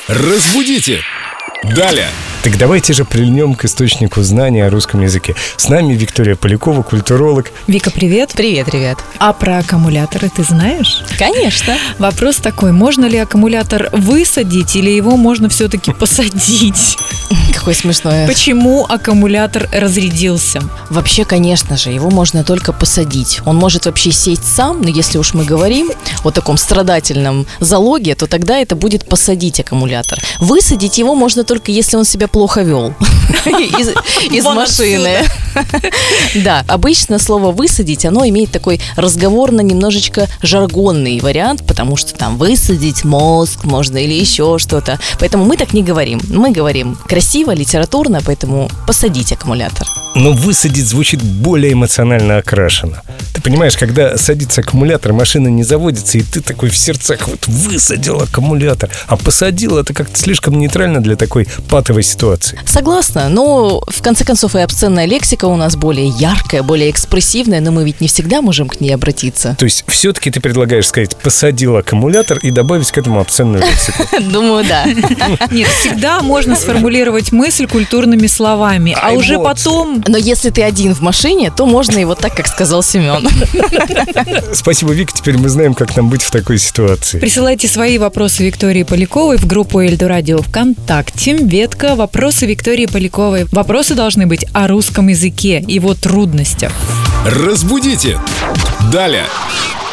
Разбудите! Далее! Так давайте же прильнем к источнику знания о русском языке. С нами Виктория Полякова, культуролог. Вика, привет. Привет, ребят. А про аккумуляторы ты знаешь? Конечно. Вопрос такой, можно ли аккумулятор высадить или его можно все-таки посадить? Какое смешное. Почему аккумулятор разрядился? Вообще, конечно же, его можно только посадить. Он может вообще сесть сам, но если уж мы говорим о таком страдательном залоге, то тогда это будет посадить аккумулятор. Высадить его можно только если он себя плохо вел из машины. Да, обычно слово «высадить», оно имеет такой разговорно немножечко жаргонный вариант, потому что там высадить мозг можно или еще что-то. Поэтому мы так не говорим. Мы говорим красиво, литературно, поэтому посадить аккумулятор. Но высадить звучит более эмоционально окрашенно. Ты понимаешь, когда садится аккумулятор, машина не заводится, и ты такой в сердцах вот высадил аккумулятор, а посадил — это как-то слишком нейтрально для такой патовой ситуации. Согласна, но в конце концов и обсценная лексика у нас более яркая, более экспрессивная, но мы ведь не всегда можем к ней обратиться. То есть все-таки ты предлагаешь сказать «посадил аккумулятор» и добавить к этому обсценную лексику? Думаю, да. Нет, всегда можно сформулировать мысль культурными словами, а уже потом... Но если ты один в машине, то можно и вот так, как сказал Семен. Спасибо, Вика, теперь мы знаем, как нам быть в такой ситуации. Присылайте свои вопросы Виктории Поляковой в группу Эльдо Радио ВКонтакте. Ветка «Вопросы Виктории Поляковой». Вопросы должны быть о русском языке, его трудностях. Разбудите! Далее!